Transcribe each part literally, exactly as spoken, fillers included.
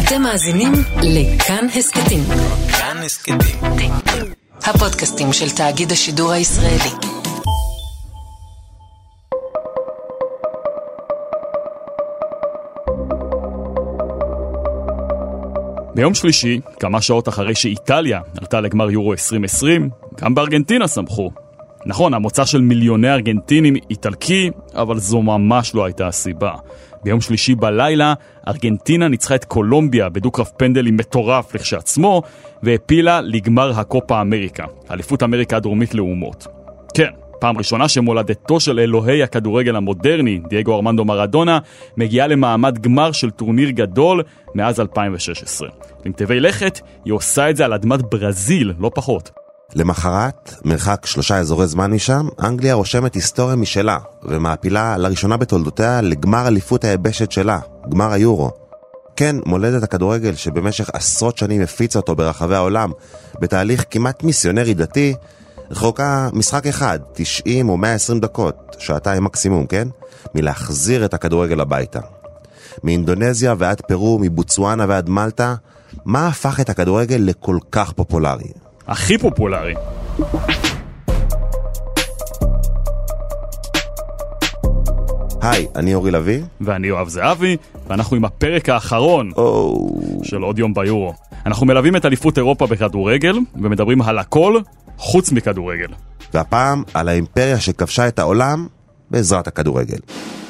אתם מאזינים לכאן הסקטים. כאן הסקטים. הפודקאסטים של תאגיד השידור הישראלי. ביום שלישי, כמה שעות אחרי שאיטליה עלתה לגמר יורו עשרים עשרים, גם בארגנטינה שמחו. נכון, המוצא של מיליוני ארגנטינים איטלקי, אבל זו ממש לא הייתה הסיבה. ביום שלישי בלילה, ארגנטינה ניצחה את קולומביה בדו-קרב פנדלים מטורף לכשעצמו, והפילה לגמר הקופה אמריקה, אליפות אמריקה הדרומית לאומות. כן, פעם ראשונה שמולדתו של אלוהי הכדורגל המודרני, דייגו ארמנדו מרדונה, מגיעה למעמד גמר של טורניר גדול מאז אלפיים ושש עשרה. למטבי לכת, היא עושה את זה על אדמת ברזיל, לא פחות. למחרת, מרחק שלושה אזורי זמן משם, אנגליה רושמת היסטוריה משלה, ומעפילה לראשונה בתולדותיה לגמר אליפות היבשת שלה, גמר היורו. כן, מולדת הכדורגל שבמשך עשרות שנים הפיצה אותו ברחבי העולם, בתהליך כמעט מיסיונרי דתי, רחוקה משחק אחד, תשעים או מאה ועשרים דקות, שעתיים מקסימום, כן? מלהחזיר את הכדורגל הביתה. מאינדונזיה ועד פרו, מבוצואנה ועד מלטה, מה הפך את הכדורגל לכל כך פופולרי? הכי פופולרי. היי, אני אורי לוי. ואני יואב זהבי, ואנחנו עם הפרק האחרון oh. של עוד יום ביורו. אנחנו מלווים את אליפות אירופה בכדורגל, ומדברים על הכל חוץ מכדורגל. והפעם על האימפריה שכבשה את העולם בעזרת הכדורגל.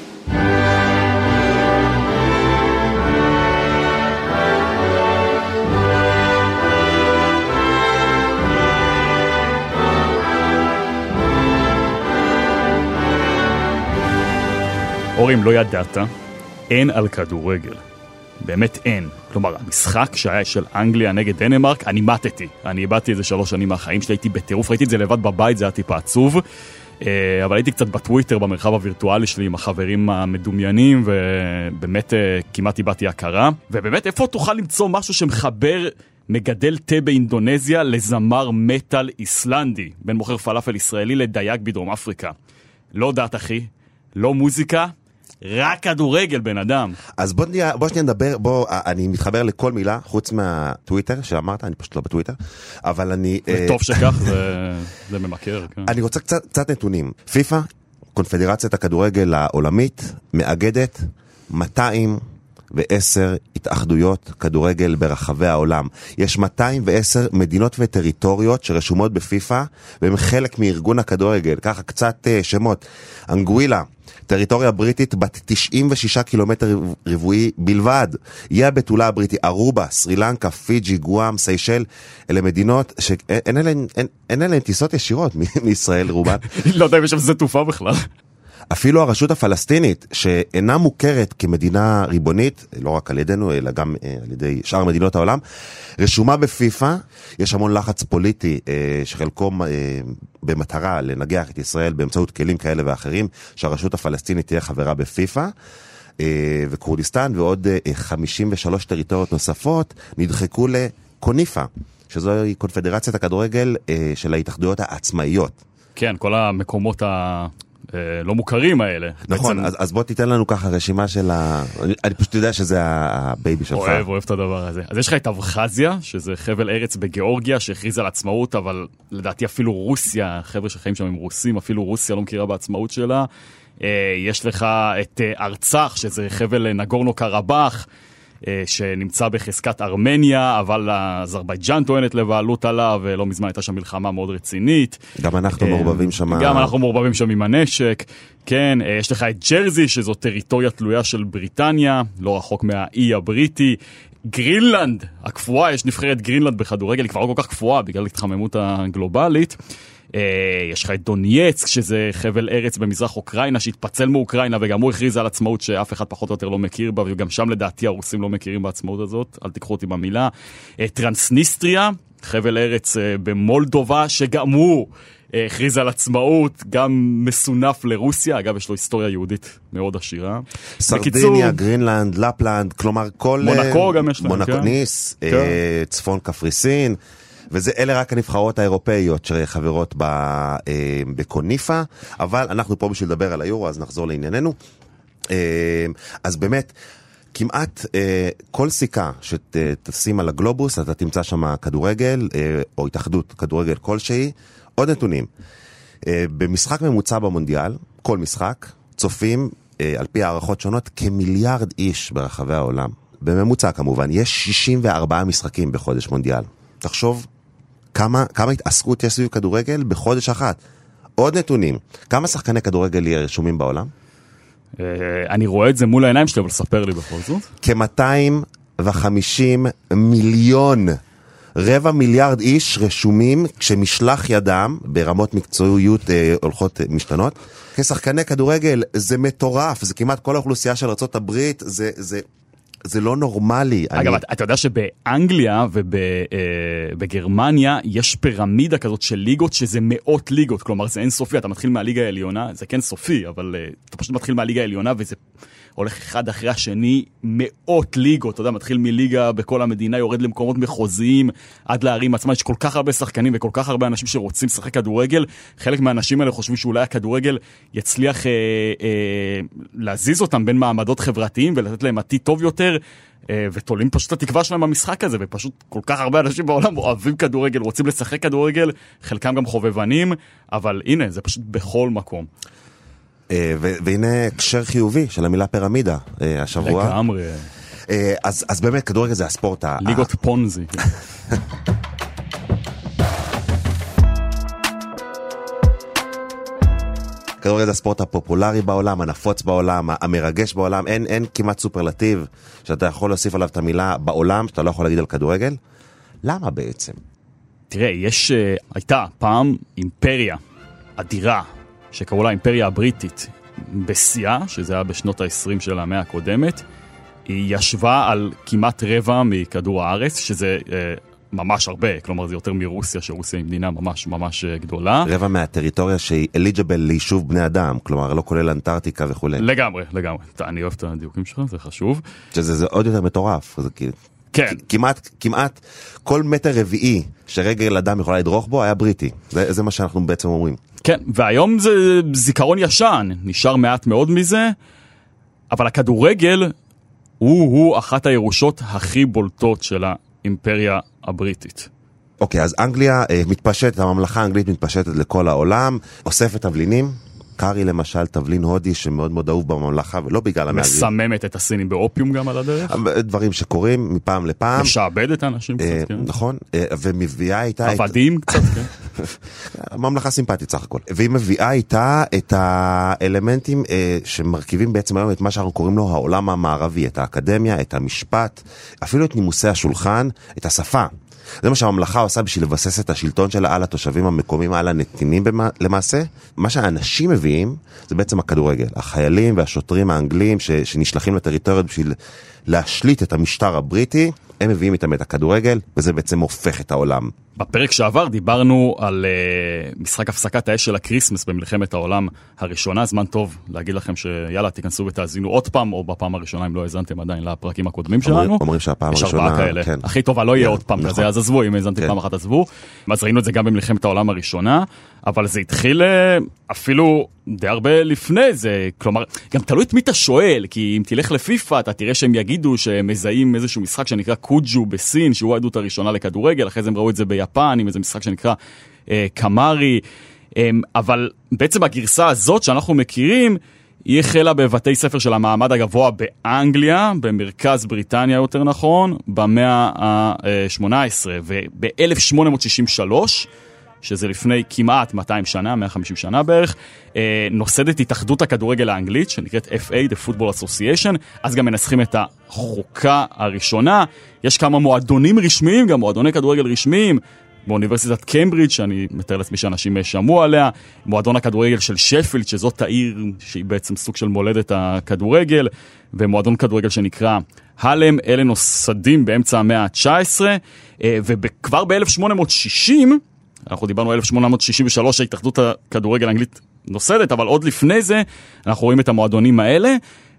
אורים, לא ידעת, אין על כדורגל. באמת אין. כלומר, המשחק שהיה של אנגליה נגד דנמרק, אני מתתי. אני איבדתי איזה שלוש שנים מהחיים שלי, הייתי בטירוף, ראיתי את זה לבד בבית, זה היה טיפה עצוב. אבל הייתי קצת בטוויטר, במרחב הווירטואלי שלי, עם החברים המדומיינים, ובאמת כמעט איבדתי הכרה. ובאמת, איפה תוכל למצוא משהו שמחבר מגדל תה באינדונזיה לזמר מטל איסלנדי, בין מוכר פלאפל ישראלי לדייג בדרום אפריקה? לא דת, אחי. לא מוזיקה, רק כדורגל, בן אדם. אז בוא, בוא שניה נדבר, בוא, אני מתחבר לכל מילה, חוץ מהטוויטר שאמרת, אני פשוט לא בטוויטר, אבל אני... וטוב שכך, זה, זה ממכר. כן. אני רוצה קצת, קצת נתונים. פיפה, קונפדרציית הכדורגל העולמית, מאגדת מאתיים ועשר התאחדויות כדורגל ברחבי העולם. יש מאתיים ועשר מדינות וטריטוריות שרשומות בפיפה, והם חלק מארגון הכדורגל. ככה קצת שמות. אנגווילה, טריטוריה בריטית בת תשעים ושישה קילומטר רבועי בלבד. אי הבתולה הבריטי, ארובה, סרילנקה, פיג'י, גואם, סיישל, אלה מדינות שאין אליהן, אין, אין אליהן טיסות ישירות מישראל, רובן. לא יודע אם יש שם זה תעופה בכלל. אפילו הרשות הפלסטינית, שאינה מוכרת כמדינה ריבונית, לא רק על ידינו, אלא גם על ידי שאר מדינות העולם, רשומה בפיפה. יש המון לחץ פוליטי שחלקו במטרה לנגח את ישראל באמצעות כלים כאלה ואחרים, שהרשות הפלסטינית תהיה חברה בפיפה, וקורדיסטן ועוד חמישים ושלוש טריטוריות נוספות נדחקו לקוניפה, שזוהי קונפדרציית הכדורגל של ההתאחדויות העצמאיות. כן, כל המקומות ה... לא מוכרים האלה. נכון, אז, אז בוא תיתן לנו ככה רשימה של ה... אני, אני פשוט יודע שזה הבייבי שלך. אוהב, אוהב את הדבר הזה. אז יש לך את אבחזיה, שזה חבל ארץ בגיאורגיה, שהכריז על עצמאות, אבל לדעתי אפילו רוסיה, חבר'ה שחיים שם עם רוסים, אפילו רוסיה לא מכירה בעצמאות שלה. יש לך את ארצח, שזה חבל נגורנו קרבח, שנמצא בחזקת ארמניה, אבל אזרבייג'אן טוענת לבעלות עליו, ולא מזמן הייתה שם מלחמה מאוד רצינית. גם אנחנו מעורבבים שם. גם אנחנו מעורבבים שם עם הנשק. כן, יש לך את ג'רזי, שזו טריטוריה תלויה של בריטניה, לא רחוק מהאי הבריטי. גרינלנד, הקפואה, יש נבחרת גרינלנד בכדורגל, היא כבר לא כל כך קפואה, בגלל התחממות הגלובלית. יש לך את דונייצק, שזה חבל ארץ במזרח אוקראינה, שהתפצל מאוקראינה, וגם הוא הכריז על עצמאות שאף אחד פחות או יותר לא מכיר בה, וגם שם לדעתי הרוסים לא מכירים בעצמאות הזאת, אל תיקחו אותי במילה. טרנסניסטריה, חבל ארץ במולדובה, שגם הוא הכריז על עצמאות, גם מסונף לרוסיה, אגב יש לו היסטוריה יהודית מאוד עשירה. סרדיניה, גרינלנד, לפלנד, כלומר כל... מונקו גם יש להם, מונקו, ניס, צפון קפריסין, וזה אלה רק הנבחרות האירופאיות שחברות בקוניפה, אבל אנחנו פה בשביל לדבר על היורו, אז נחזור לענייננו. אז באמת, כמעט אה, כל סיכה שתשים על הגלובוס, אתה תמצא שם כדורגל, אה, או התאחדות כדורגל כלשהי. עוד נתונים. אה, במשחק ממוצע במונדיאל, כל משחק, צופים, אה, על פי הערכות שונות, כמיליארד איש ברחבי העולם. בממוצע כמובן, יש שישים וארבעה משחקים בחודש מונדיאל. תחשוב, כמה, כמה התעסקות יש סביב כדורגל בחודש אחת. עוד נתונים, כמה שחקני כדורגל יהיה רשומים בעולם? אני רואה את זה מול העיניים שלי, אבל ספר לי בכל זאת. כ-מאתיים וחמישים מיליון, רבע מיליארד איש רשומים כשמשלח ידם ברמות מקצועיות אה, הולכות אה, משתנות. כשחקני כדורגל זה מטורף, זה כמעט כל האוכלוסייה של ארצות הברית, זה, זה, זה לא נורמלי. אגב, אני... אתה יודע שבאנגליה ובגרמניה יש פירמידה כזאת של ליגות שזה מאות ליגות, כלומר זה אין סופי, אתה מתחיל מהליגה העליונה, זה כן סופי, אבל uh, אתה פשוט מתחיל מהליגה העליונה וזה הולך אחד אחרי השני, מאות ליגות, אתה יודע, מתחיל מליגה בכל המדינה, יורד למקומות מחוזיים, עד לערים עצמה, יש כל כך הרבה שחקנים וכל כך הרבה אנשים שרוצים לשחק כדורגל, חלק מהאנשים האלה חושבים שאולי הכדורגל יצליח אה, אה, להזיז אותם בין מעמדות חברתיים ולתת להם עתיד טוב יותר, אה, ותולים פשוט את התקווה שלהם במשחק הזה, ופשוט כל כך הרבה אנשים בעולם אוהבים כדורגל, רוצים לשחק כדורגל, חלקם גם חובבנים, אבל הנה, זה פשוט בכל מקום. והנה קשר חיובי של המילה פירמידה השבוע. לגמרי. אז, אז באמת כדורגל זה הספורט. ליגות פונזי. כדורגל זה הספורט הפופולרי בעולם, הנפוץ בעולם, המרגש בעולם. אין, אין כמעט סופרלטיב שאתה יכול להוסיף עליו את המילה בעולם, שאתה לא יכול להגיד על כדורגל. למה בעצם? תראה, יש, הייתה פעם אימפריה אדירה, שקראו לה האימפריה הבריטית בשיאה, שזה היה בשנות ה-עשרים של המאה הקודמת. היא ישבה על כמעט רבע מכדור הארץ, שזה אה, ממש הרבה, כלומר זה יותר מרוסיה, שרוסיה היא מדינה ממש ממש גדולה. רבע מהטריטוריה שהיא אליג'בל ליישוב בני אדם, כלומר לא כולל אנטארקטיקה וכו'. לגמרי, לגמרי. אני אוהב את הדיוקים שלך, זה חשוב. שזה זה עוד יותר מטורף, זה כאילו... כן. כמעט, כמעט כל מטר רביעי שרגל אדם יכולה לדרוך בו היה בריטי. זה, זה מה שאנחנו בעצם אומרים. כן, והיום זה זיכרון ישן, נשאר מעט מאוד מזה, אבל הכדורגל הוא-הוא אחת הירושות הכי בולטות של האימפריה הבריטית. אוקיי, אז אנגליה מתפשטת, הממלכה האנגלית מתפשטת לכל העולם, אוספת תבלינים, קארי למשל, תבלין הודי שמאוד מאוד אהוב בממלכה, ולא בגלל המהגרים. מסממת את הסינים באופיום גם על הדרך. דברים שקורים מפעם לפעם. משעבד את האנשים קצת, כן. נכון, ומביאה איתה... עבדים קצת, כן. ממלכה סימפטית סך הכל. והיא מביאה איתה את האלמנטים שמרכיבים בעצם היום את מה שאנחנו קוראים לו העולם המערבי, את האקדמיה, את המשפט, אפילו את נימוסי השולחן, את השפה. זה מה שהממלכה עושה בשביל לבסס את השלטון שלה על התושבים המקומיים, על הנתינים למעשה. מה שהאנשים מביאים זה בעצם הכדורגל. החיילים והשוטרים האנגלים ש, שנשלחים לטריטוריות בשביל להשליט את המשטר הבריטי, הם מביאים איתם את הכדורגל, וזה בעצם הופך את העולם. בפרק שעבר דיברנו על uh, משחק הפסקת האש של הקריסמס במלחמת העולם הראשונה. זמן טוב להגיד לכם שיאללה, תיכנסו ותאזינו עוד פעם, או בפעם הראשונה, אם לא הזנתם עדיין לפרקים הקודמים שלנו. אומרים שהפעם הראשונה... יש ארבעה כאלה. כן. הכי טובה לא יהיה עוד פעם נכון. כזה, אז עזבו, אם הזנתם כן. פעם אחת עזבו. אז ראינו את זה גם במלחמת העולם הראשונה, אבל זה התחיל אפילו די הרבה לפני זה. כלומר, גם תלוי את מי אתה שואל, כי אם תלך לפיפה, אתה תראה שהם יגידו שהם מזהים איזשהו משחק שנקרא קוג'ו בסין, שהוא העדות הראשונה לכדורגל, אחרי זה הם ראו את זה ביפן, עם איזה משחק שנקרא אה, קמרי, אה, אבל בעצם הגרסה הזאת שאנחנו מכירים, היא החלה בבתי ספר של המעמד הגבוה באנגליה, במרכז בריטניה יותר נכון, במאה ה-שמונה עשרה, וב-אלף שמונה מאות שישים ושלוש, שזה לפני כמעט מאתיים שנה, מאה וחמישים שנה בערך, אה, נוסדת התאחדות הכדורגל האנגלית, שנקראת אף איי, The Football Association, אז גם מנסחים את החוקה הראשונה. יש כמה מועדונים רשמיים, גם מועדוני כדורגל רשמיים, באוניברסיטת קיימברידג', שאני מתאר לעצמי שאנשים שמעו עליה, מועדון הכדורגל של שפילד, שזאת העיר שהיא בעצם סוג של מולדת הכדורגל, ומועדון כדורגל שנקרא הלם. אלה נוסדים באמצע המאה ה-תשע עשרה, וכבר ב-אלף שמונה מאות שישים, אנחנו דיברנו אלף שמונה מאות שישים ושלוש, ההתאחדות הכדורגל האנגלית נוסדת, אבל עוד לפני זה אנחנו רואים את המועדונים האלה,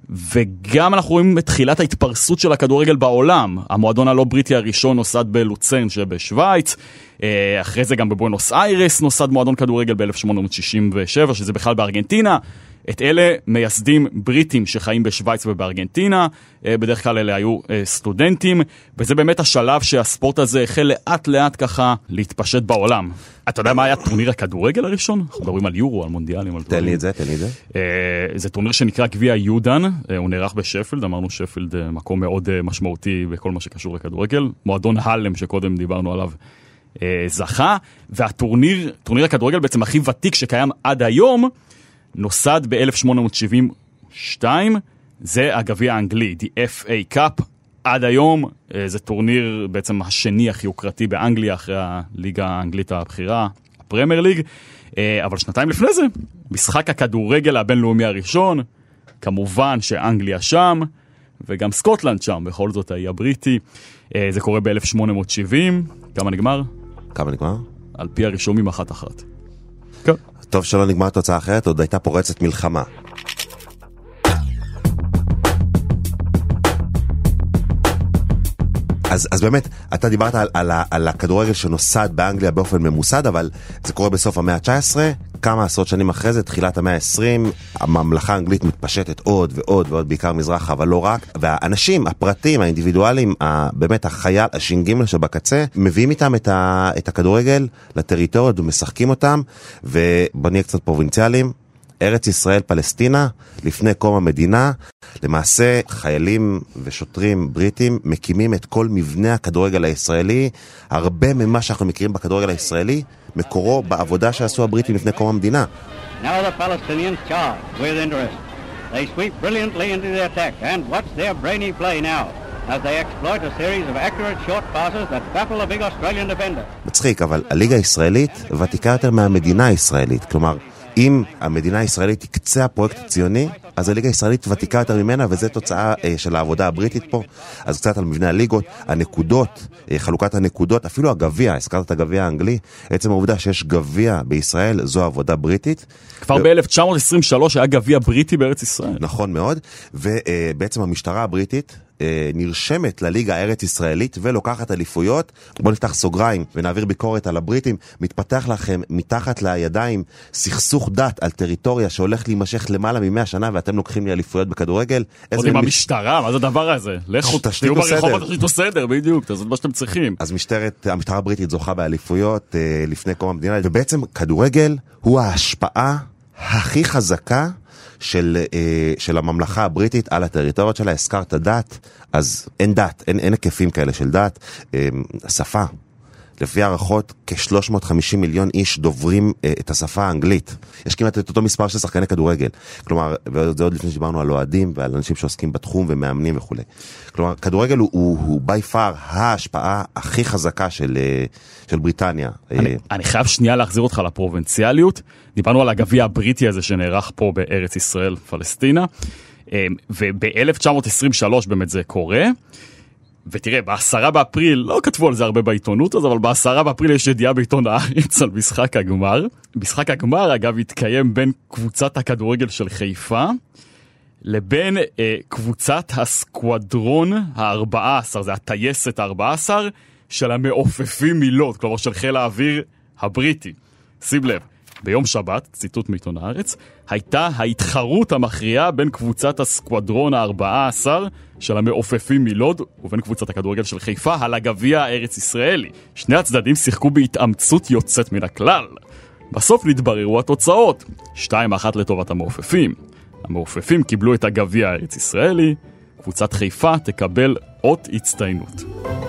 וגם אנחנו רואים את תחילת ההתפרסות של הכדורגל בעולם. המועדון הלא בריטי הראשון נוסד בלוצרן שבשוויץ, אחרי זה גם בבואנוס איירס נוסד מועדון כדורגל ב-אלף שמונה מאות שישים ושבע, שזה בכלל בארגנטינה. את אלה מייסדים בריטים שחיים בשוויץ ובארגנטינה, בדרך כלל אלה היו סטודנטים, וזה באמת השלב שהספורט הזה החל לאט לאט ככה להתפשט בעולם. אתה יודע מה היה טורניר הכדורגל הראשון? אנחנו מדברים על יורו, על מונדיאלים, על תן לי את זה, תן לי את זה. זה טורניר שנקרא גביע יודן, הוא נערך בשפילד, אמרנו שפילד מקום מאוד משמעותי בכל מה שקשור לכדורגל, מועדון הלם שקודם דיברנו עליו זכה, והטורניר, טורניר הכדורגל בעצם הכי ותיק שקיים עד היום, נוסד ב-אלף שמונה מאות שבעים ושתיים, זה הגביע האנגלי, the אף איי Cup, עד היום, זה טורניר בעצם השני הכי יוקרתי באנגליה, אחרי הליגה האנגלית הבכירה, הפרמייר ליג, אבל שנתיים לפני זה, משחק הכדורגל הבינלאומי הראשון, כמובן שאנגליה שם, וגם סקוטלנד שם, בכל זאת האי הבריטי, זה קורה ב-אלף שמונה מאות שבעים, כמה נגמר? כמה נגמר? על פי הרישומים אחת אחת. כן. טוב שלא נגמר תוצאה אחרת, עוד הייתה פורצת מלחמה. אז, אז באמת, אתה דיברת על, על, על הכדורגל שנוסד באנגליה באופן ממוסד, אבל זה קורה בסוף המאה ה-תשע עשרה, כמה עשרות שנים אחרי זה, תחילת המאה ה-עשרים, הממלכה האנגלית מתפשטת עוד ועוד ועוד, בעיקר מזרחה, אבל לא רק, והאנשים, הפרטים, האינדיבידואלים, באמת החייל, השינגימל שבקצה, מביאים איתם את, ה, את הכדורגל לטריטוריות ומשחקים אותם, ובוא נהיה קצת פרובינציאליים, ארץ ישראל פלסטינה, לפני קום המדינה, למעשה חיילים ושוטרים בריטים מקימים את כל מבנה הכדורגל הישראלי, הרבה ממה שאנחנו מכירים בכדורגל הישראלי, מקורו בעבודה שעשו הבריטים לפני קום המדינה. Now the Palestinians charge with interest. They sweep brilliantly into the attack and watch their brainy play now as they exploit a series of accurate short passes that baffle a big Australian defender. מצחיק, אבל הליגה הישראלית ותיקה יותר מהמדינה הישראלית, כלומר אם המדינה הישראלית היא קצה הפרויקט הציוני, אז הליגה הישראלית ותיקה יותר ממנה, וזו תוצאה אה, של העבודה הבריטית פה. אז קצת על מבנה הליגות, הנקודות, אה, חלוקת הנקודות, אפילו הגביע, הזכרת את הגביע האנגלי, עצם העובדה שיש גביע בישראל, זו עבודה בריטית. כבר ו... ב-אלף תשע מאות עשרים ושלוש היה גביע בריטי בארץ ישראל. נכון מאוד, ובעצם המשטרה הבריטית נרשמת לליגה הארץ ישראלית ולוקחת אליפויות. בוא נפתח סוגריים ונעביר ביקורת על הבריטים. מתפתח לכם מתחת לידיים סכסוך דת על טריטוריה שהולך להימשך למעלה ממאה שנה, ואתם לוקחים לי אליפויות בכדורגל. עוד עם המשטרה, מה זה הדבר הזה? לכו, תשתיו ברחובות, תשתיו סדר, בדיוק, תעשו מה שאתם צריכים. אז משטרת, המשטרה הבריטית זוכה באליפויות לפני קום המדינה, ובעצם כדורגל הוא ההשפעה הכי חזקה של, של הממלכה הבריטית על הטריטוריות שלה. הזכרת דת, אז אין דת, אין, אין היקפים כאלה של דת. השפה, לפי הערכות, כ-שלוש מאות וחמישים מיליון איש דוברים את השפה האנגלית. יש כמעט את אותו מספר של שחקני כדורגל. כלומר, וזה עוד לפני שדיברנו על אוהדים ועל אנשים שעוסקים בתחום ומאמנים וכו'. כלומר, כדורגל הוא, הוא, הוא by far ההשפעה הכי חזקה של, של בריטניה. אני, אני חייב שנייה להחזיר אותך לפרובינציאליות. דיברנו על הגביע הבריטי הזה שנערך פה בארץ ישראל, פלסטינה. וב-אלף תשע מאות עשרים ושלוש באמת זה קורה. ותראה, בעשרה באפריל, לא כתבו על זה הרבה בעיתונות, אבל בעשרה באפריל יש ידיעה בעיתון הארץ על משחק הגמר. משחק הגמר, אגב, התקיים בין קבוצת הכדורגל של חיפה, לבין אה, קבוצת הסקואדרון ה-ארבע עשרה, זה הטייסת ה-ארבע עשרה, של המעופפים מילוד, כלומר של חיל האוויר הבריטי. שים לב, ביום שבת, ציטוט מעיתון הארץ, הייתה ההתחרות המכריעה בין קבוצת הסקואדרון ה-ארבע עשרה של המעופפים מלוד ובין קבוצת הכדורגל של חיפה על הגביע הארץ ישראלי. שני הצדדים שיחקו בהתאמצות יוצאת מן הכלל. בסוף נתבררו התוצאות, שתיים אחת לטובת המעופפים. המעופפים קיבלו את הגביע הארץ ישראלי, קבוצת חיפה תקבל אות הצטיינות.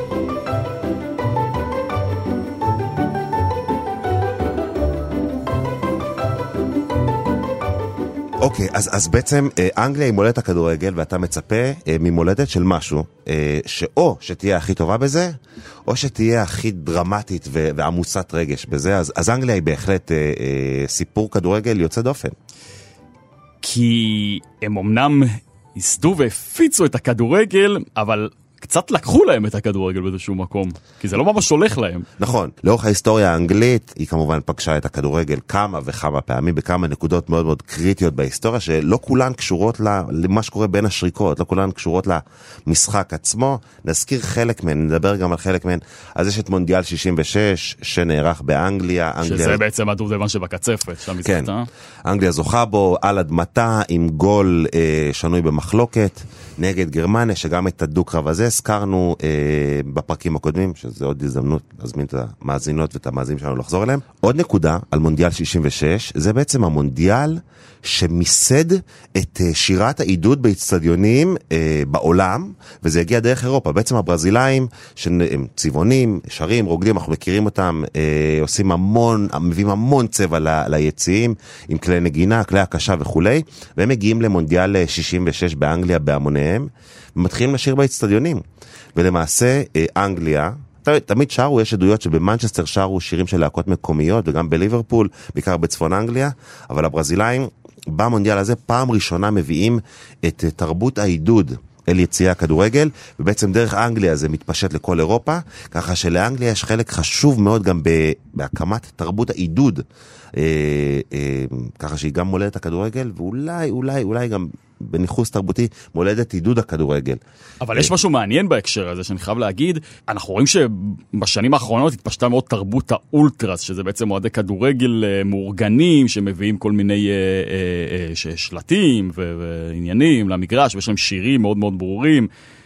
אוקיי, אז, אז בעצם אנגליה היא מולדת הכדורגל, ואתה מצפה ממולדת של משהו, שאו שתהיה הכי טובה בזה, או שתהיה הכי דרמטית ועמוסת רגש בזה. אז, אז אנגליה היא בהחלט סיפור כדורגל יוצא דופן. כי הם אמנם הסדו והפיצו את הכדורגל, אבל קצת לקחו להם את הכדורגל באיזשהו מקום, כי זה לא ממש הולך להם. נכון, לאורך ההיסטוריה האנגלית, היא כמובן פגשה את הכדורגל כמה וכמה פעמים, בכמה נקודות מאוד מאוד קריטיות בהיסטוריה, שלא כולן קשורות למה שקורה בין השריקות, לא כולן קשורות למשחק עצמו. נזכיר חלק מהן, נדבר גם על חלק מהן. אז יש את מונדיאל שישים ושש, שנערך באנגליה. שזה אנגליה... בעצם הדובדבן שבקצפת. כן, אנגליה זוכה בו על אדמתה, עם גול אה, שנוי במחלוקת, נגד גרמניה, שגם את הדו-קרב הזה הזכרנו אה, בפרקים הקודמים, שזה עוד הזדמנות להזמין את המאזינות ואת המאזינים שלנו לחזור אליהם. עוד נקודה על מונדיאל שישים ושש, זה בעצם המונדיאל שמיסד את אה, שירת העידוד באצטדיונים אה, בעולם, וזה הגיע דרך אירופה. בעצם הברזילאים, שהם צבעונים, שרים, רוקדים, אנחנו מכירים אותם, אה, עושים המון, מביאים המון צבע ל, ליציעים, עם כלי נגינה, כלי הקשה וכו', והם מגיעים למונדיאל שישים ושש באנגליה בהמוניהם, ומתחילים לשיר באצטדיונים. ולמעשה, אנגליה, תמיד שרו, יש עדויות שבמנצ'סטר שרו שירים של להקות מקומיות, וגם בליברפול, בעיקר בצפון אנגליה, אבל הברזילאים, במונדיאל הזה, פעם ראשונה מביאים את תרבות העידוד אל יציעי הכדורגל, ובעצם דרך אנגליה זה מתפשט לכל אירופה, ככה שלאנגליה יש חלק חשוב מאוד גם בהקמת תרבות העידוד, אה, אה, ככה שהיא גם מולדת הכדורגל, ואולי, אולי, אולי גם בניחוס תרבותי מולדת עידוד הכדורגל. אבל יש משהו מעניין בהקשר הזה שאני חייב להגיד, אנחנו רואים שבשנים האחרונות התפשטה מאוד תרבות האולטרס, שזה בעצם אוהדי כדורגל מאורגנים, שמביאים כל מיני שלטים ועניינים למגרש, ויש להם שירים מאוד מאוד ברורים,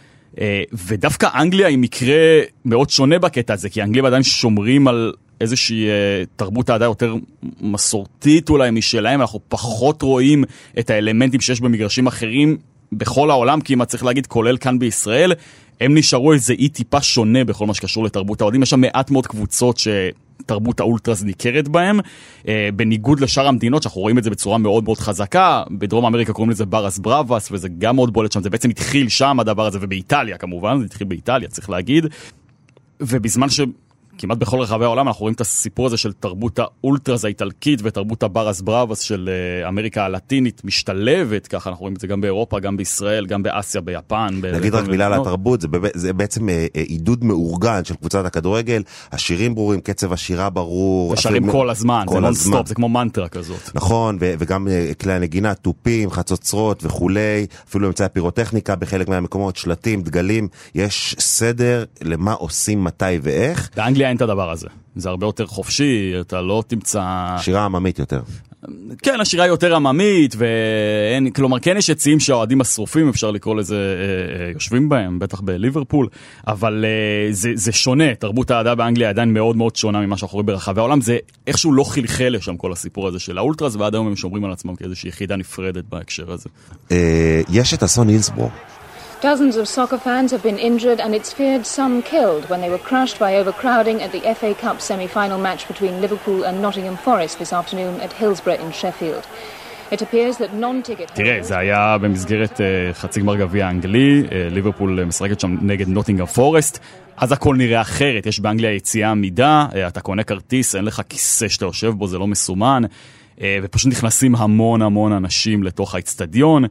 ודווקא אנגליה היא מקרה מאוד שונה בקטע הזה, כי האנגלים עדיין שומרים על איזושהי תרבות העדה יותר מסורתית אולי משלהם, אנחנו פחות רואים את האלמנטים שיש במגרשים אחרים בכל העולם, כי אם צריך להגיד, כולל כאן בישראל, הם נשארו איזה אי טיפה שונה בכל מה שקשור לתרבות האוהדים. יש שם מעט מאוד קבוצות שתרבות האולטרס ניכרת בהם, בניגוד לשאר המדינות שאנחנו רואים את זה בצורה מאוד מאוד חזקה. בדרום אמריקה קוראים לזה ברס בראבס, וזה גם מאוד בולט שם, זה בעצם התחיל שם הדבר הזה, ובאיטליה כמובן, זה התחיל באיטליה, צריך להגיד. ובזמן ש... כמעט בכל רחבי העולם אנחנו רואים את הסיפור הזה של תרבות האולטרס האיטלקית ותרבות הברס בראבס של אמריקה הלטינית משתלבת, ככה אנחנו רואים את זה גם באירופה, גם בישראל, גם באסיה, ביפן. נגיד רק מילה על התרבות, זה, זה בעצם עידוד מאורגן של קבוצת הכדורגל, השירים ברורים, קצב השירה ברור. ושרים כל הזמן, זה נון סטופ, זה כמו מנטרה כזאת. נכון, ו- וגם כלי הנגינה, טופים, חצוצרות וכולי, אפילו אמצעי הפירוטכניקה בחלק מהמקומות, שלטים, דגלים, יש סדר למה עושים, מתי ואיך. באנגליה אין את הדבר הזה. זה הרבה יותר חופשי, אתה לא תמצא... שירה עממית יותר. כן, השירה יותר עממית, ואין, כלומר, כן יש יציאים שהאוהדים השרופים, אפשר לקרוא לזה, אה, אה, יושבים בהם, בטח בליברפול, אבל אה, זה, זה שונה, תרבות האהדה באנגליה עדיין מאוד מאוד שונה ממה שאנחנו רואים ברחבי העולם, זה איכשהו לא חלחל לשם כל הסיפור הזה של האולטרס, ועד היום הם שומרים על עצמם כאיזושהי יחידה נפרדת בהקשר הזה. אה, יש את אסון הילסבורו. Dozens of soccer fans have been injured and it's feared some killed when they were crushed by overcrowding at the F A Cup semi-final match between Liverpool and Nottingham Forest this afternoon at Hillsborough in Sheffield. It appears that non-ticket... תראה, זה היה במסגרת uh, חצי גמר גביע האנגלי, uh, ליברפול uh, משחקת שם נגד נוטינגהאם פורסט, אז הכל נראה אחרת, יש באנגליה יציאה עמידה, uh, אתה קונה כרטיס, אין לך כיסא שאתה יושב בו, זה לא מסומן, uh, ופשוט נכנסים המון המון אנשים לתוך האצטדיון,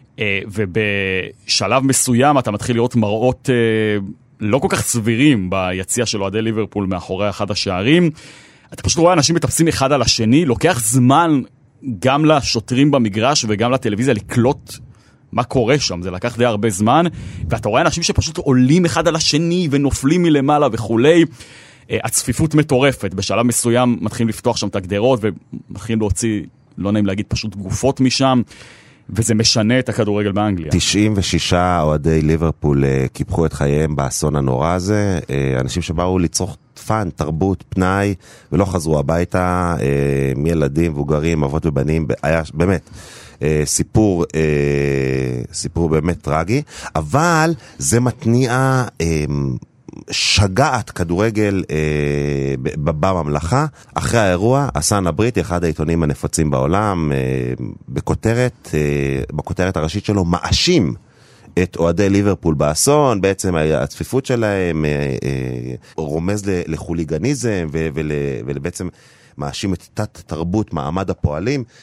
ובשלב מסוים אתה מתחיל לראות מראות לא כל כך סבירים ביציאה של אוהדי ליברפול מאחורי אחד השערים. אתה פשוט רואה אנשים מטפסים אחד על השני, לוקח זמן גם לשוטרים במגרש וגם לטלוויזיה לקלוט מה קורה שם, זה לקח די הרבה זמן, ואתה רואה אנשים שפשוט עולים אחד על השני ונופלים מלמעלה וכולי. הצפיפות מטורפת, בשלב מסוים מתחילים לפתוח שם את הגדרות ומתחילים להוציא, לא נעים להגיד, פשוט גופות משם. וזה משנה את הכדורגל באנגליה. תשעים ושישה אוהדי ליברפול קיפחו את חייהם באסון הנורא הזה, אנשים שבאו לצרוך פן, תרבות, פנאי, ולא חזרו הביתה, מילדים, מבוגרים, אבות ובנים, היה באמת סיפור, סיפור באמת טרגי, אבל זה מתניע שגעת כדורגל אה, בממלכה. אחרי האירוע, הסאן הבריטי, אחד העיתונים הנפוצים בעולם, אה, בכותרת, אה, בכותרת הראשית שלו, מאשים את אוהדי ליברפול באסון, בעצם הצפיפות שלהם, אה, אה, רומז לחוליגניזם, ו- ול- ובעצם מאשים את תת תרבות מעמד הפועלים.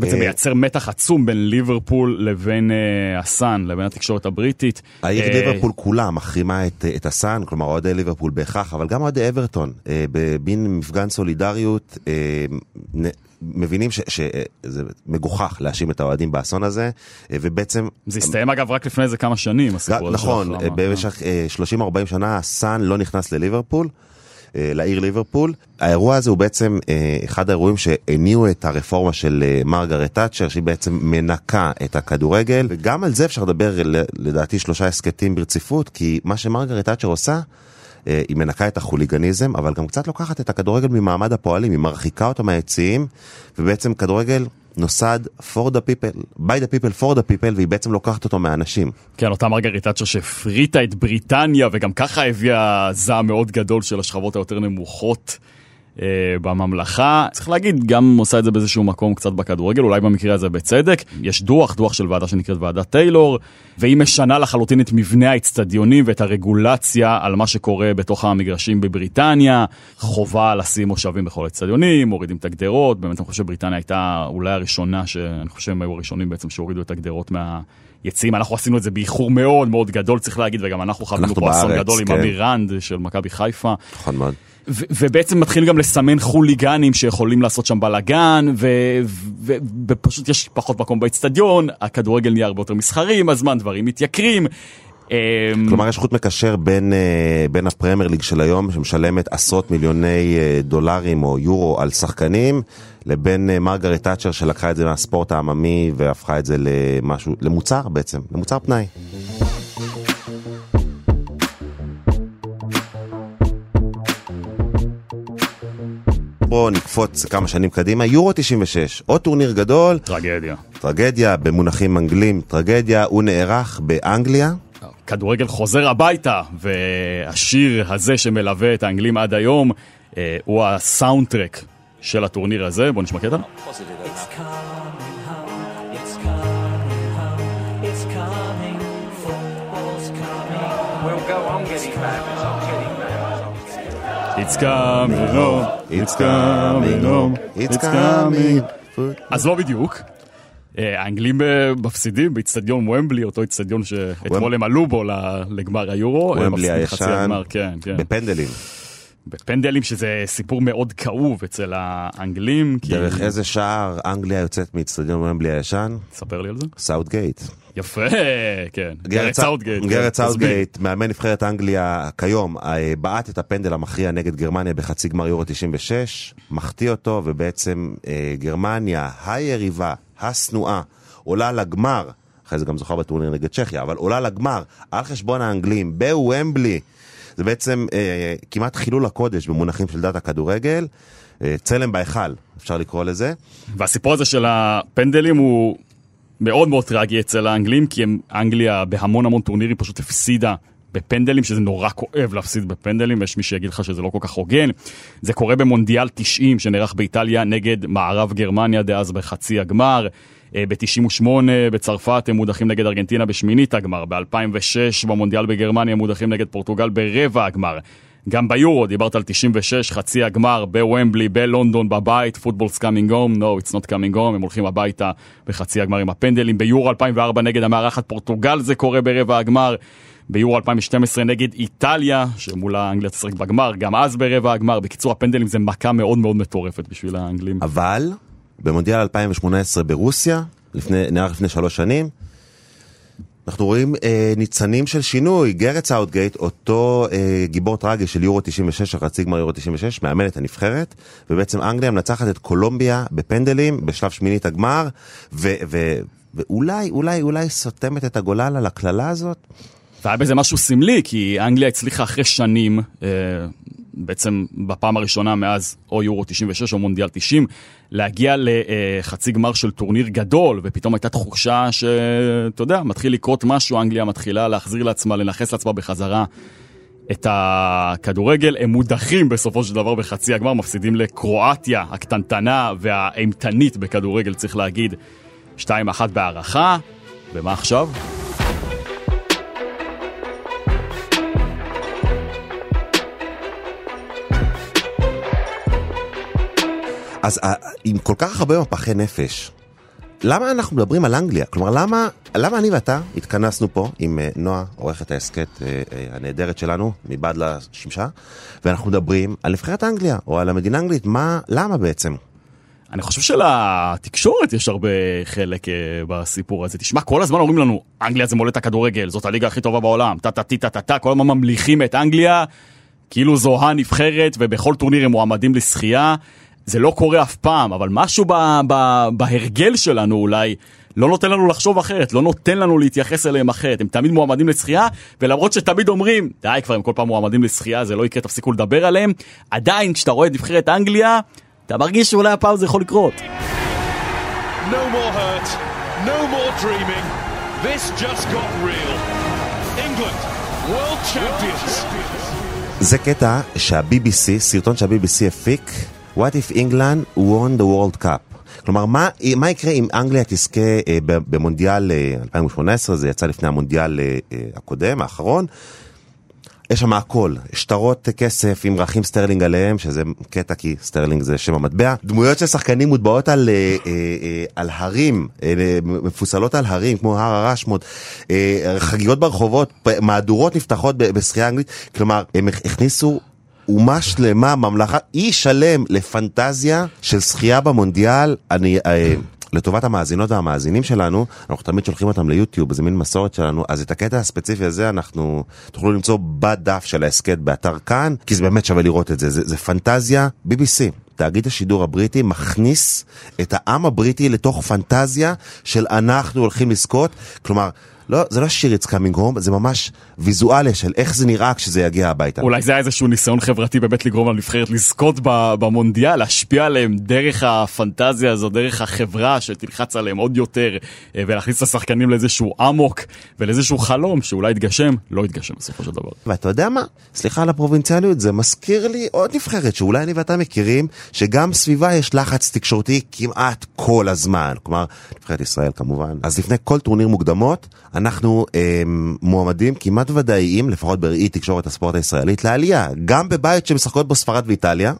בעצם מייצר מתח עצום בין ליברפול לבין הסאן, לבין התקשורת הבריטית. העיר ליברפול כולה מחרימה את הסאן, כלומר אוהדי ליברפול בהכרח, אבל גם אוהדי אברטון, בין מפגן סולידריות, מבינים שזה מגוחך להאשים את האוהדים באסון הזה, ובעצם... זה הסתיים אגב רק לפני איזה כמה שנים, הסיפור הזה. נכון, במשך שלושים ארבעים שנה הסאן לא נכנס לליברפול, לעיר ליברפול. האירוע הזה הוא בעצם אחד האירועים שהניעו את הרפורמה של מרגרט תאצ'ר, שהיא בעצם מנקה את הכדורגל, וגם על זה אפשר לדבר לדעתי שלושה הסקטים ברציפות, כי מה שמרגרט תאצ'ר עושה, היא מנקה את החוליגניזם, אבל גם קצת לוקחת את הכדורגל ממעמד הפועלים, היא מרחיקה אותו מהיציעים, ובעצם כדורגל נוסד for the people, by the people, for the people, והיא בעצם לוקחת אותו מהאנשים. כן, אותה מרגרט תאצ'ר שהפריטה את בריטניה, וגם ככה הביאה זעם מאוד גדול של השכבות היותר נמוכות אה, בממלכה. צריך להגיד, גם עושה את זה באיזשהו מקום קצת בכדורגל, אולי במקרה הזה בצדק. יש דוח, דוח של ועדה שנקראת ועדת טיילור, והיא משנה לחלוטין את מבנה האצטדיונים ואת הרגולציה על מה שקורה בתוך המגרשים בבריטניה. חובה לשים מושבים בכל האצטדיונים, מורידים את הגדרות. באמת אני חושב שבריטניה הייתה אולי הראשונה, שאני חושב הם היו הראשונים בעצם שהורידו את הגדרות מהיציעים. אנחנו עשינו את זה באיחור מאוד מאוד גדול, צריך להגיד, וגם אנחנו חווינו פה אסון גדול עם אמירנד של מכבי חיפה. נכון מאוד. ו- ובעצם מתחיל גם לסמן חוליגנים שיכולים לעשות שם בלגן, ופשוט יש פחות מקום באצטדיון, הכדורגל נהיה הרבה יותר מסחרים, הזמן דברים מתייקרים. כלומר, יש חוט מקשר בין, בין הפרמייר ליג של היום, שמשלמת עשרות מיליוני דולרים או יורו על שחקנים, לבין מרגרט תאצ'ר שלקחה את זה מהספורט העממי והפכה את זה למשהו, למוצר בעצם, למוצר פנאי. בואו נקפוץ כמה שנים קדימה, יורו תשעים ושש, עוד טורניר גדול. טרגדיה. טרגדיה, במונחים אנגלים, טרגדיה, הוא נערך באנגליה. כדורגל חוזר הביתה, והשיר הזה שמלווה את האנגלים עד היום, אה, הוא הסאונדטרק של הטורניר הזה. בואו נשמע קטע. It's coming home, it's coming home, it's coming. אז לא בדיוק. האנגלים מפסידים באצטדיון ומבלי, אותו אצטדיון שאתמול הם עלו בו לגמר היורו. ומבלי הישן, בפנדלים. בפנדלים, שזה סיפור מאוד כאוב אצל האנגלים. דרך איזה שער אנגליה יוצאת מאצטדיון ומבלי הישן? ספר לי על זה. סאוטגייט. יפה, כן. גארט סאוטגייט. גארט סאוטגייט, מאמן נבחרת אנגליה כיום, בעט את הפנדל המכריע נגד גרמניה בחצי גמר יורו תשעים ושש, מחטיא אותו, ובעצם גרמניה, היריבה, הסנועה, עולה לגמר, אחרי זה גם זוכה בטורניר נגד צ'כיה, אבל עולה לגמר על חשבון האנגלים, בוומבלי. זה בעצם אה, כמעט חילול הקודש במונחים של דת הכדורגל, אה, צלם בהיכל, אפשר לקרוא לזה. והסיפור הזה של הפנדלים הוא מאוד מאוד טרגי אצל האנגלים, כי הם, אנגליה בהמון המון טורנירים פשוט הפסידה בפנדלים, שזה נורא כואב להפסיד בפנדלים, ויש מי שיגיד לך שזה לא כל כך הוגן. זה קורה במונדיאל תשעים, שנערך באיטליה נגד מערב גרמניה, דאז בחצי הגמר. ב-תשעים ושמונה בצרפת הם מודחים נגד ארגנטינה בשמינית הגמר. ב-אלפיים ושש במונדיאל בגרמניה הם מודחים נגד פורטוגל ברבע הגמר. גם ביורו, דיברת על תשעים ושש, חצי הגמר בוומבלי, בלונדון, בבית, football's coming home, no, it's not coming home, הם הולכים הביתה בחצי הגמר עם הפנדלים. ביורו אלפיים וארבע נגד המארחת פורטוגל זה קורה ברבע הגמר. ביורו אלפיים ושתים עשרה נגד איטליה, שמולה אנגליה תשחק בגמר, גם אז ברבע הגמר. בקיצור, הפנדלים זה מכה מאוד מאוד מטורפת בשביל האנגלים. אבל במונדיאל אלפיים ושמונה עשרה ברוסיה, לפני, נערך לפני שלוש שנים, אנחנו רואים אה, ניצנים של שינוי. גארט סאוטגייט, אותו אה, גיבור טרגי של יורו תשעים ושש, החצי גמר יורו תשעים ושש, מאמן את הנבחרת, ובעצם אנגליה מנצחת את קולומביה בפנדלים, בשלב שמינית הגמר, ו- ו- ואולי, אולי, אולי סותמת את הגולל על הכללה הזאת. והיה בזה משהו סמלי, כי אנגליה הצליחה אחרי שנים, אה, בעצם בפעם הראשונה מאז או יורו תשעים ושש או מונדיאל תשעים, להגיע לחצי גמר של טורניר גדול, ופתאום הייתה תחושה שאתה יודע, מתחיל לקרות משהו, אנגליה מתחילה להחזיר לעצמה, לנחס לעצמה בחזרה את הכדורגל. הם מודחים בסופו של דבר בחצי הגמר, מפסידים לקרואטיה הקטנטנה והאימתנית בכדורגל, צריך להגיד, שתיים אחת בהערכה. ומה עכשיו? אז עם כל כך הרבה מפחי נפש, למה אנחנו מדברים על אנגליה? כלומר, למה, למה אני ואתה התכנסנו פה עם נועה, עורכת העסקת הנהדרת שלנו, מבעד לשמשה, ואנחנו מדברים על נבחרת אנגליה, או על המדינה האנגלית, מה, למה בעצם? אני חושב שלתקשורת יש הרבה חלק בסיפור הזה. תשמע, כל הזמן אומרים לנו, אנגליה זה מולדת הכדורגל, זאת הליגה הכי טובה בעולם, טה-טה-טה-טה-טה, כל הזמן ממליכים את אנגליה, כאילו זו הנבחרת, ובכל טורניר הם מועמדים לשחייה. זה לא קורה אף פעם, אבל משהו ב- ב- בהרגל שלנו אולי לא נותן לנו לחשוב אחרת, לא נותן לנו להתייחס אליהם אחרת. הם תמיד מועמדים לשחייה, ולמרות שתמיד אומרים, די כבר, הם כל פעם מועמדים לשחייה, זה לא יקרה, תפסיקו לדבר עליהם. עדיין, כשאתה רואה את נבחרת אנגליה, אתה מרגיש שאולי הפעם זה יכול לקרות. No more hurt, no more dreaming. This just got real. England, world champions. זה קטע שה-בי בי סי, סרטון שה-בי בי סי הפיק, What if England won the World Cup? כלומר, מה, מה יקרה אם אנגליה תזכה אה, במונדיאל אה, אלפיים ושמונה עשרה, זה יצא לפני המונדיאל אה, הקודם, האחרון, יש שם הכל, שטרות כסף עם רחים סטרלינג עליהם, שזה קטע כי סטרלינג זה שם המטבע, דמויות של שחקנים מוטבעות על, אה, אה, על הרים, אה, מפוסלות על הרים, כמו הר הרשמוד, אה, חגיגות ברחובות, מהדורות נפתחות בשחייה אנגלית, כלומר, הם הכניסו אומה שלמה, ממלכה, אי שלם לפנטזיה של שחייה במונדיאל. אני, אה, לטובת המאזינות והמאזינים שלנו, אנחנו תמיד שולחים אותם ליוטיוב, זה מין מסורת שלנו, אז את הקטע הספציפי הזה אנחנו תוכלו למצוא בדף של העסקת באתר כאן, כי זה באמת שווה לראות את זה, זה, זה פנטזיה. בי בי סי, תאגיד השידור הבריטי, מכניס את העם הבריטי לתוך פנטזיה של אנחנו הולכים לזכות, כלומר, לא, זה לא שיר It's Coming Home, זה ממש ויזואליה של איך זה נראה כשזה יגיע הביתה. אולי זה היה איזשהו ניסיון חברתי באמת לגרום לנבחרת לזכות במונדיאל, להשפיע עליהם דרך הפנטזיה הזו, דרך החברה שתלחץ עליהם עוד יותר, ולהכניס את השחקנים לאיזשהו עמוק, ולאיזשהו חלום שאולי יתגשם, לא יתגשם בסופו של דבר. ואתה יודע מה? סליחה על הפרובינציאליות, זה מזכיר לי עוד נבחרת שאולי אני ואתה מכירים, שגם סביבה יש לחץ תקשורתי כמעט כל הזמן. כלומר, נבחרת ישראל כמובן. אז לפני כל טורניר מוקדמות, אנחנו אה, מועמדים כמעט ודאיים, לפחות בראי תקשורת הספורט הישראלית, לעלייה. גם בבית שמשחקות בו ספרד ואיטליה,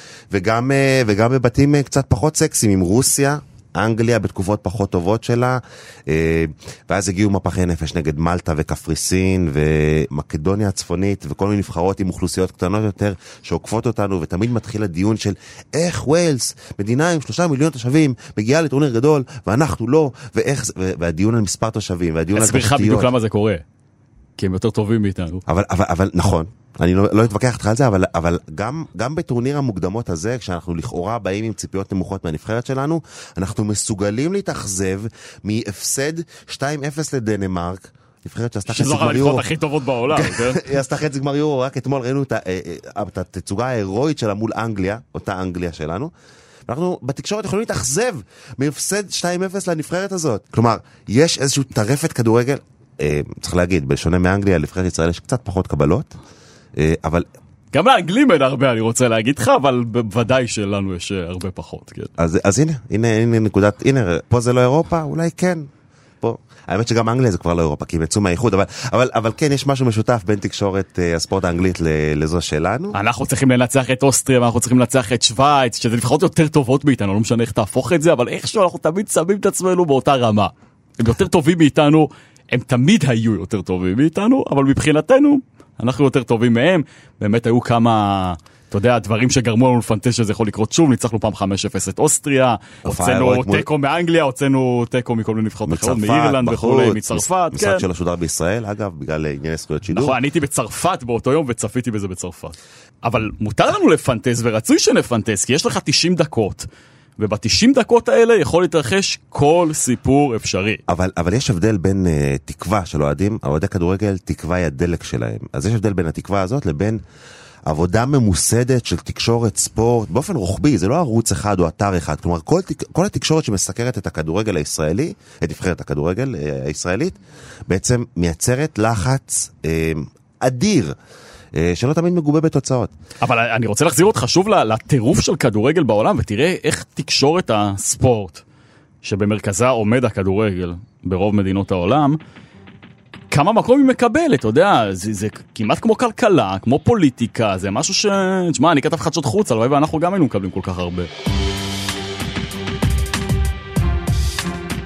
וגם, אה, וגם בבתים אה, קצת פחות סקסיים עם רוסיה, אנגליה בתקופות פחות טובות שלה, אה, ואז הגיעו מפחי נפש נגד מלטה וקפריסין ומקדוניה הצפונית וכל מיני נבחרות עם אוכלוסיות קטנות יותר שעוקפות אותנו, ותמיד מתחיל הדיון של איך ווילס, מדינה עם שלושה מיליון תושבים, מגיעה לטורניר גדול ואנחנו לא, ואיך, והדיון על מספר תושבים והדיון על תשתיות. אסביר לך בדיוק למה זה קורה, כי הם יותר טובים מאיתנו. אבל, אבל, אבל נכון, אני לא, לא אתווכח איתך על זה, אבל, אבל גם, גם בטורניר המוקדמות הזה, כשאנחנו לכאורה באים עם ציפיות נמוכות מהנבחרת שלנו, אנחנו מסוגלים להתאכזב מהפסד שתיים אפס לדנמרק, נבחרת שעשתה חצי גמר יורו. שזו הנבחרות הכי טובות בעולם, כן? היא עשתה חצי גמר יורו, רק אתמול ראינו את התצוגה ההירואית שלה מול אנגליה, אותה אנגליה שלנו, אנחנו בתקשורת יכולים להתאכזב מהפסד שתיים אפס לנבחרת הזאת. כלומר, יש איזשהו טרפת כדורגל, צריך להגיד, בשונה מאנגליה, לבחרת ישראל יש קצת פחות קבלות, אבל... גם לאנגלים אין הרבה, אני רוצה להגיד לך, אבל בוודאי שלנו יש הרבה פחות. כן. אז, אז הנה, הנה, הנה נקודת, הנה, פה זה לא אירופה, אולי כן. פה. האמת שגם אנגליה זה כבר לא אירופה, כי הם יצאו מהאיחוד, אבל, אבל, אבל כן, יש משהו משותף בין תקשורת הספורט האנגלית לזו שלנו. אנחנו צריכים לנצח את אוסטריה, ואנחנו צריכים לנצח את שוויץ, שזה לפחות יותר טובות מאיתנו, לא משנה איך תהפוך את זה, אבל איכשהו אנחנו תמיד שמים את עצמנו באותה רמה. הם יותר טובים מאיתנו, הם תמיד היו יותר טובים מאיתנו, אבל מבחינתנו, אנחנו יותר טובים מהם. באמת היו כמה, אתה יודע, דברים שגרמו לנו לפנטז שזה יכול לקרות שוב. ניצחנו פעם חמש אפס את אוסטריה, הוצאנו טקו מאנגליה, הוצאנו טקו מכל מיני נבחרות אחרות, מאירלנד וכו', מצרפת. משחק של השודר בישראל, אגב, בגלל ענייני זכויות שידור. נכון, אני הייתי בצרפת באותו יום וצפיתי בזה בצרפת. אבל מותר לנו לפנטז ורצוי שנפנטז, כי יש לך תשעים דקות. וב-תשעים דקות האלה יכול להתרחש כל סיפור אפשרי. אבל, אבל יש הבדל בין uh, תקווה של אוהדים, אוהדי כדורגל, תקווה היא הדלק שלהם. אז יש הבדל בין התקווה הזאת לבין עבודה ממוסדת של תקשורת ספורט, באופן רוחבי, זה לא ערוץ אחד או אתר אחד, כלומר כל, כל התקשורת שמסקרת את הכדורגל הישראלי, את נבחרת הכדורגל uh, הישראלית, בעצם מייצרת לחץ uh, אדיר, שלא תמיד מגובה בתוצאות. אבל אני רוצה להחזיר אותך שוב לטירוף של כדורגל בעולם, ותראה איך תקשורת הספורט, שבמרכזה עומד הכדורגל ברוב מדינות העולם, כמה מקום היא מקבלת, אתה יודע, זה, זה כמעט כמו כלכלה, כמו פוליטיקה, זה משהו ש... תשמע, אני כתב חדשות חוץ, הלוואי ואנחנו גם היינו מקבלים כל כך הרבה.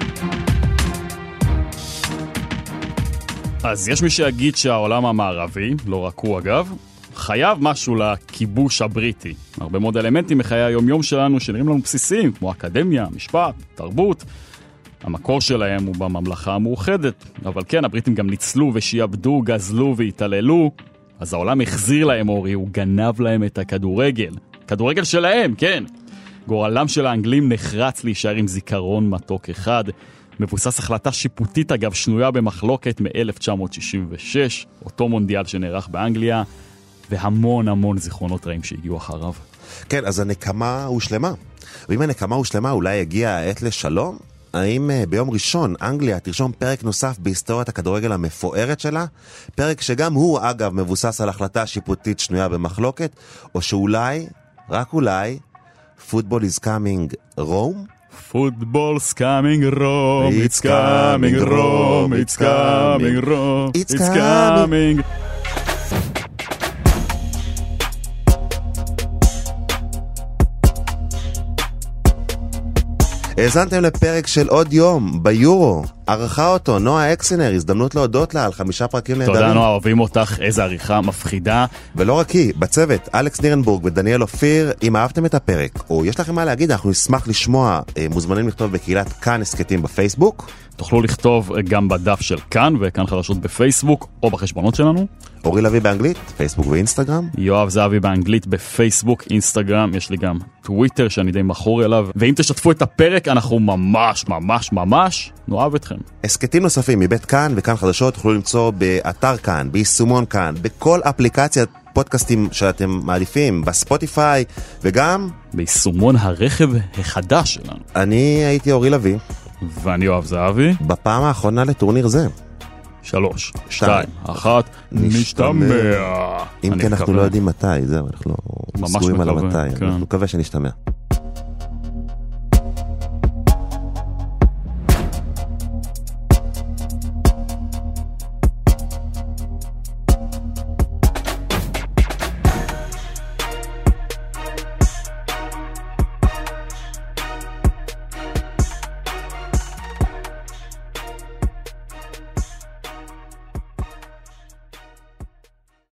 אז יש מי שיגיד שהעולם המערבי, לא רק הוא אגב, חייב משהו לכיבוש הבריטי. הרבה מאוד אלמנטים מחיי היום-יום שלנו שנראים לנו בסיסיים, כמו אקדמיה, משפט, תרבות. המקור שלהם הוא בממלכה המאוחדת. אבל כן, הבריטים גם ניצלו ושיעבדו, גזלו והתעללו. אז העולם החזיר להם, אורי, הוא גנב להם את הכדורגל. כדורגל שלהם, כן. גורלם של האנגלים נחרץ להישאר עם זיכרון מתוק אחד. מבוסס החלטה שיפוטית, אגב, שנויה במחלוקת מ-אלף תשע מאות שישים ושש, אותו מונדיאל שנערך באנגליה, והמון המון זיכרונות רעים שהגיעו אחריו. כן, אז הנקמה הושלמה. ואם הנקמה הושלמה, אולי הגיעה העת לשלום? האם ביום ראשון אנגליה תרשום פרק נוסף בהיסטוריית הכדורגל המפוארת שלה? פרק שגם הוא, אגב, מבוסס על החלטה שיפוטית שנויה במחלוקת? או שאולי, רק אולי, football is coming Rome? Football's coming Rome, it's coming Rome, it's coming Rome, it's coming. האזנתם לפרק של עוד יום ביורו, ערכה אותו נועה אקסינר, הזדמנות להודות לה על חמישה פרקים נהדרים. תודה נועה, אוהבים אותך, איזה עריכה מפחידה. ולא רק היא, בצוות, אלכס נירנבורג ודניאל אופיר. אם אהבתם את הפרק, או יש לכם מה להגיד, אנחנו נשמח לשמוע, מוזמנים לכתוב בקהילת כאן הסקטים בפייסבוק. תוכלו לכתוב גם בדף של כאן וכאן חדשות בפייסבוק או בחשבונות שלנו. אורי לוי באנגלית, פייסבוק ואינסטגרם. יואב זהבי באנגלית בפייסבוק, אינסטגרם, יש לי גם טוויטר שאני די מכור אליו. ואם תשתפו את הפרק, אנחנו ממש ממש ממש נאהב אתכם. הסקטים נוספים מבית כאן וכאן חדשות תוכלו למצוא באתר כאן, ביישומון כאן, בכל אפליקציית פודקאסטים שאתם מעדיפים, בספוטיפיי וגם ביישומון הרכב החדש שלנו. אני הייתי אורי לוי. ואני יואב זהבי. בפעם האחרונה לטורניר זה. שלוש, שתיים, אחת, נשתמע. אם כן, אנחנו לא יודעים מתי, זהו, אנחנו סגורים על המתי. אנחנו מקווה שנשתמע.